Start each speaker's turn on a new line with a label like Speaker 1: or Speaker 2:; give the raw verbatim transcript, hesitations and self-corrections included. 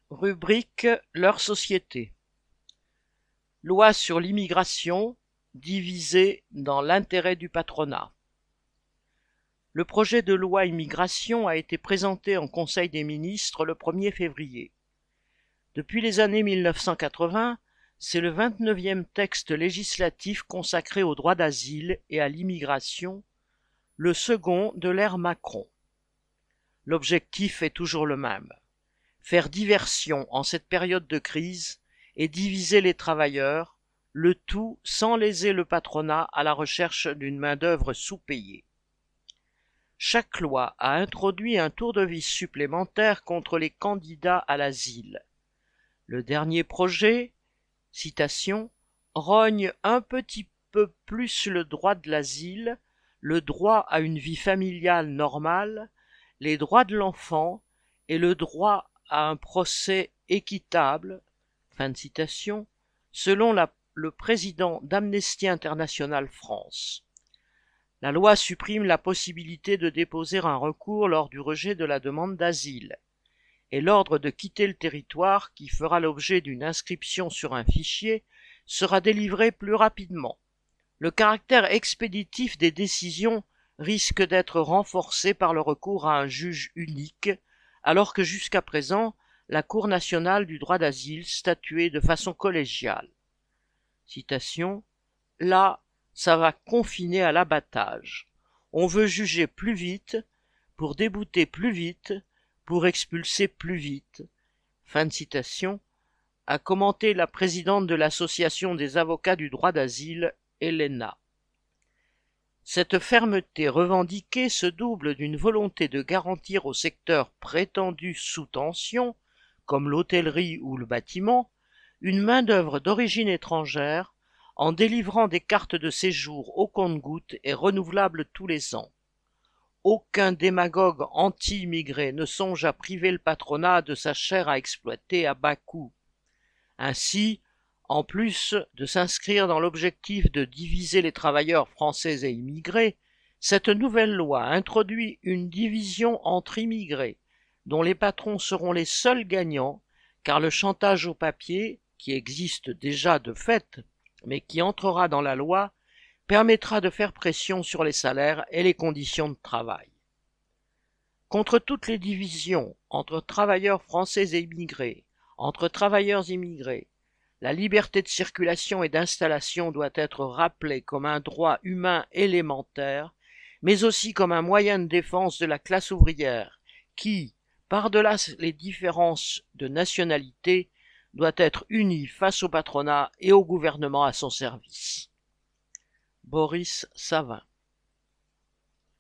Speaker 1: Rubrique leur société. Loi sur l'immigration, divisée dans l'intérêt du patronat. Le projet de loi immigration a été présenté en Conseil des ministres le premier février. Depuis les années mille neuf cent quatre-vingts, c'est le vingt-neuvième texte législatif consacré au droit d'asile et à l'immigration, le second de l'ère Macron. L'objectif est toujours le même: faire diversion en cette période de crise et diviser les travailleurs, le tout sans léser le patronat à la recherche d'une main-d'œuvre sous-payée. Chaque loi a introduit un tour de vis supplémentaire contre les candidats à l'asile. Le dernier projet, citation, rogne un petit peu plus le droit de l'asile, le droit à une vie familiale normale, les droits de l'enfant et le droit à un procès équitable, fin de citation, selon la, le président d'Amnesty International France. La loi supprime la possibilité de déposer un recours lors du rejet de la demande d'asile, et l'ordre de quitter le territoire, qui fera l'objet d'une inscription sur un fichier, sera délivré plus rapidement. Le caractère expéditif des décisions risque d'être renforcé par le recours à un juge unique, alors que jusqu'à présent, la Cour nationale du droit d'asile statuait de façon collégiale. Citation, là, ça va confiner à l'abattage. On veut juger plus vite, pour débouter plus vite, pour expulser plus vite. Fin de citation, a commenté la présidente de l'Association des avocats du droit d'asile, Elena. Cette fermeté revendiquée se double d'une volonté de garantir au secteur prétendu sous tension, comme l'hôtellerie ou le bâtiment, une main-d'œuvre d'origine étrangère en délivrant des cartes de séjour au compte-gouttes et renouvelables tous les ans. Aucun démagogue anti-immigré ne songe à priver le patronat de sa chair à exploiter à bas coût. Ainsi, en plus de s'inscrire dans l'objectif de diviser les travailleurs français et immigrés, cette nouvelle loi introduit une division entre immigrés, dont les patrons seront les seuls gagnants, car le chantage au papier, qui existe déjà de fait, mais qui entrera dans la loi, permettra de faire pression sur les salaires et les conditions de travail. Contre toutes les divisions entre travailleurs français et immigrés, entre travailleurs immigrés, la liberté de circulation et d'installation doit être rappelée comme un droit humain élémentaire, mais aussi comme un moyen de défense de la classe ouvrière, qui, par-delà les différences de nationalité, doit être unie face au patronat et au gouvernement à son service. Boris Savin.